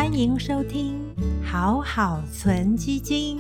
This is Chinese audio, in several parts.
欢迎收听好好存基金。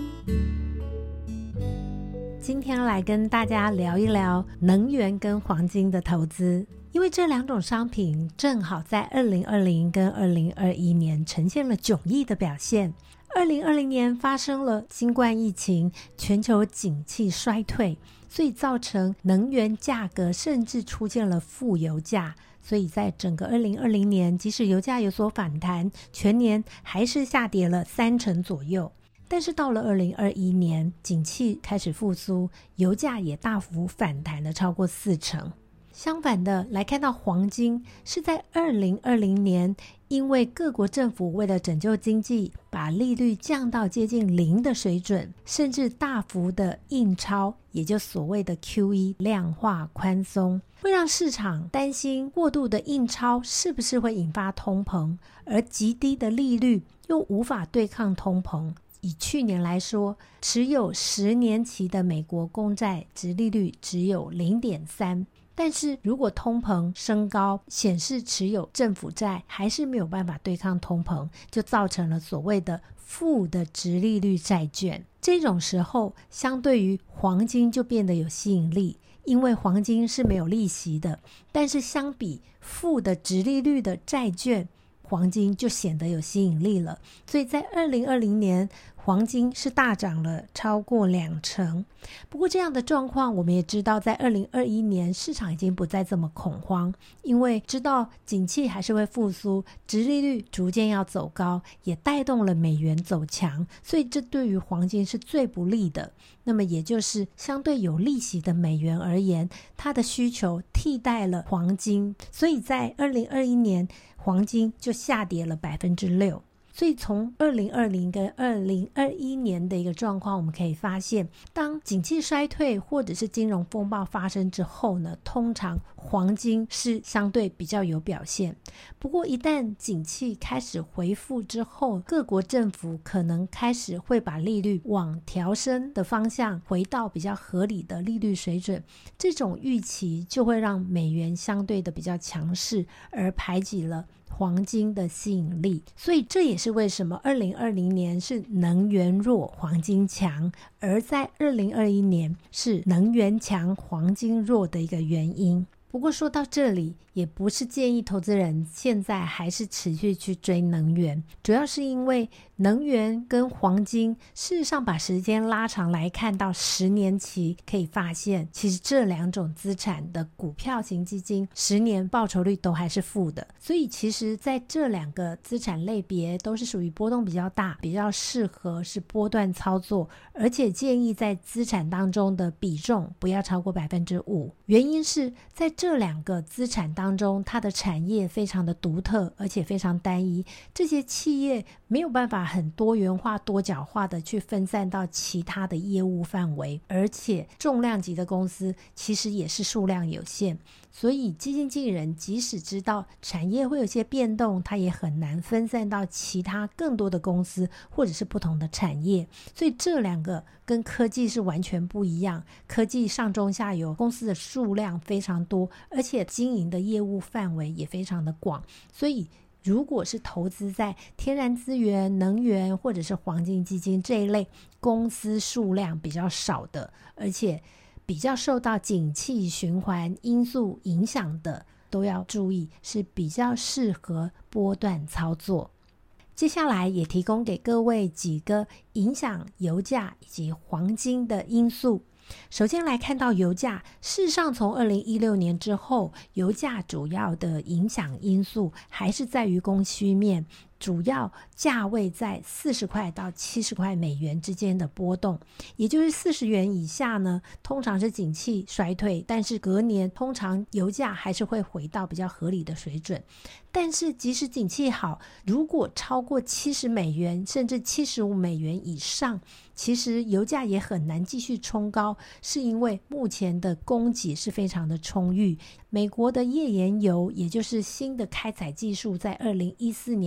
今天来跟大家聊一聊能源跟黄金的投资，因为这两种商品正好在2020跟2021年呈现了迥异的表现。2020年发生了新冠疫情，全球景气衰退，所以造成能源价格甚至出现了负油价，所以在整个2020年，即使油价有所反弹，全年还是下跌了30%左右。但是到了2021年，景气开始复苏，油价也大幅反弹了超过40%。相反的，来看到黄金是在2020年，因为各国政府为了拯救经济，把利率降到接近0的水准，甚至大幅的印钞，也就所谓的 QE 量化宽松，会让市场担心过度的印钞是不是会引发通膨，而极低的利率又无法对抗通膨。以去年来说，持有10年期的美国公债殖利率只有 0.3%，但是如果通膨升高，显示持有政府债还是没有办法对抗通膨，就造成了所谓的负的殖利率债券。这种时候，相对于黄金就变得有吸引力，因为黄金是没有利息的，但是相比负的殖利率的债券，黄金就显得有吸引力了。所以在2020年，黄金是大涨了超过2%。不过这样的状况我们也知道，在2021年市场已经不再这么恐慌，因为知道景气还是会复苏，殖利率逐渐要走高，也带动了美元走强，所以这对于黄金是最不利的。那么也就是相对有利息的美元而言，它的需求替代了黄金，所以在2021年黄金就下跌了 6%。所以从2020跟2021年的一个状况，我们可以发现，当景气衰退或者是金融风暴发生之后呢，通常黄金是相对比较有表现。不过一旦景气开始恢复之后，各国政府可能开始会把利率往调升的方向回到比较合理的利率水准，这种预期就会让美元相对的比较强势，而排挤了黄金的吸引力。所以这也是为什么2020年是能源弱黄金强，而在2021年是能源强黄金弱的一个原因。不过说到这里，也不是建议投资人现在还是持续去追能源，主要是因为能源跟黄金事实上把时间拉长来看到10年期，可以发现其实这两种资产的股票型基金10年报酬率都还是负的。所以其实在这两个资产类别都是属于波动比较大，比较适合是波段操作，而且建议在资产当中的比重不要超过 5%。 原因是在这两个资产当中，它的产业非常的独特，而且非常单一，这些企业没有办法很多元化多角化的去分散到其他的业务范围，而且重量级的公司其实也是数量有限，所以基金经理人即使知道产业会有些变动，他也很难分散到其他更多的公司或者是不同的产业。所以这两个跟科技是完全不一样，科技上中下游公司的数量非常多，而且经营的业务范围也非常的广。所以如果是投资在天然资源、能源或者是黄金基金这一类公司数量比较少的，而且比较受到景气循环因素影响的，都要注意是比较适合波段操作。接下来也提供给各位几个影响油价以及黄金的因素。首先来看到油价，事实上从2016年之后，油价主要的影响因素还是在于供需面，主要价位在40块到70块美元之间的波动，也就是40元以下呢，通常是景气衰退，但是隔年通常油价还是会回到比较合理的水准。但是即使景气好，如果超过70美元甚至75美元以上，其实油价也很难继续冲高，是因为目前的供给是非常的充裕。美国的页岩油，也就是新的开采技术在2014年研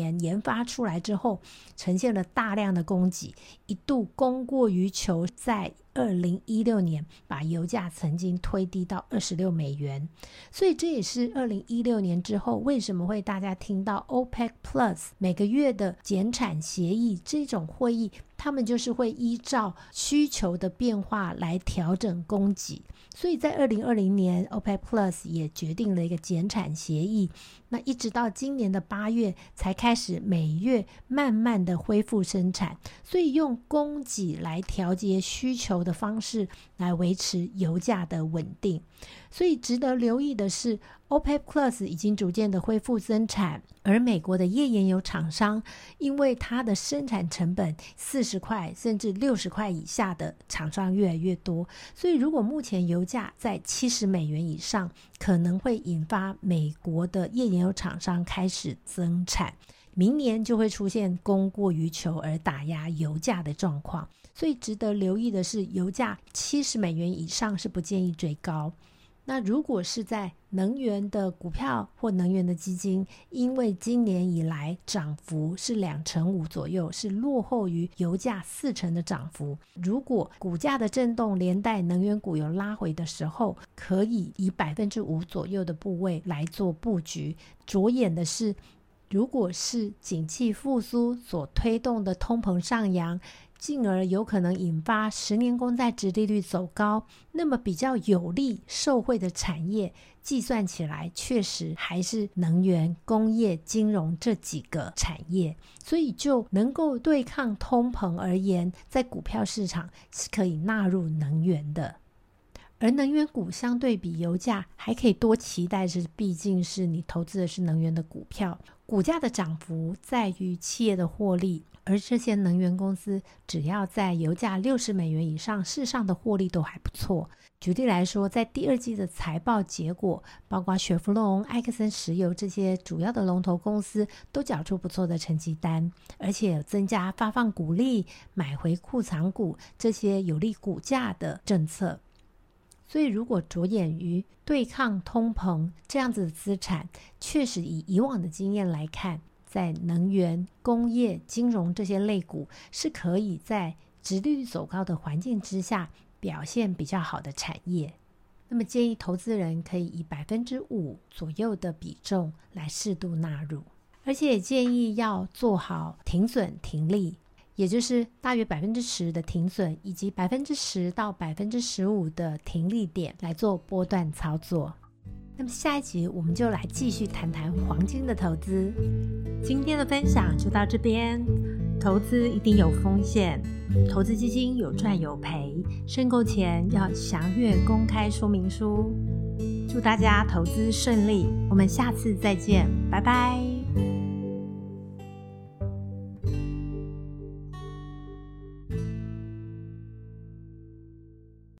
发出来之后呈现了大量的供给，一度供过于求，在2016年把油价曾经推低到26美元。所以这也是2016年之后为什么会大家听到 OPEC Plus 每个月的减产协议这种会议，他们就是会依照需求的变化来调整供给。所以在2020年 OPEC Plus 也决定了一个减产协议，那一直到今年的8月才开始每月慢慢的恢复生产，所以用供给来调节需求的方式来维持油价的稳定。所以值得留意的是 OPEC Plus 已经逐渐的恢复生产，而美国的页岩油厂商因为它的生产成本40块甚至60块以下的厂商越来越多，所以如果目前油价在70美元以上，可能会引发美国的页岩油厂商开始增产，明年就会出现供过于求而打压油价的状况。所以值得留意的是，油价70美元以上是不建议追高。那如果是在能源的股票或能源的基金，因为今年以来涨幅是2%左右，是落后于油价4%的涨幅，如果股价的震动连带能源股有拉回的时候，可以以 5% 左右的部位来做布局。着眼的是，如果是景气复苏所推动的通膨上扬，进而有可能引发10年公债殖利率走高，那么比较有利受惠的产业计算起来确实还是能源、工业、金融这几个产业，所以就能够对抗通膨而言，在股票市场是可以纳入能源的。而能源股相对比油价还可以多期待，是毕竟是你投资的是能源的股票，股价的涨幅在于企业的获利，而这些能源公司只要在油价60美元以上，事实上的获利都还不错。举例来说，在第二季的财报结果，包括雪佛龙、埃克森石油这些主要的龙头公司都缴出不错的成绩单，而且有增加发放股利、买回库藏股这些有利股价的政策。所以如果着眼于对抗通膨这样子的资产，确实以以往的经验来看，在能源、工业、金融这些类股是可以在殖利率走高的环境之下表现比较好的产业。那么建议投资人可以以 5% 左右的比重来适度纳入，而且也建议要做好停损停利，也就是大约 10% 的停损以及 10% 到 15% 的停利点来做波段操作。那么下一集我们就来继续谈谈黄金的投资。今天的分享就到这边，投资一定有风险，投资基金有赚有赔，申购前要详阅公开说明书。祝大家投资顺利，我们下次再见，拜拜。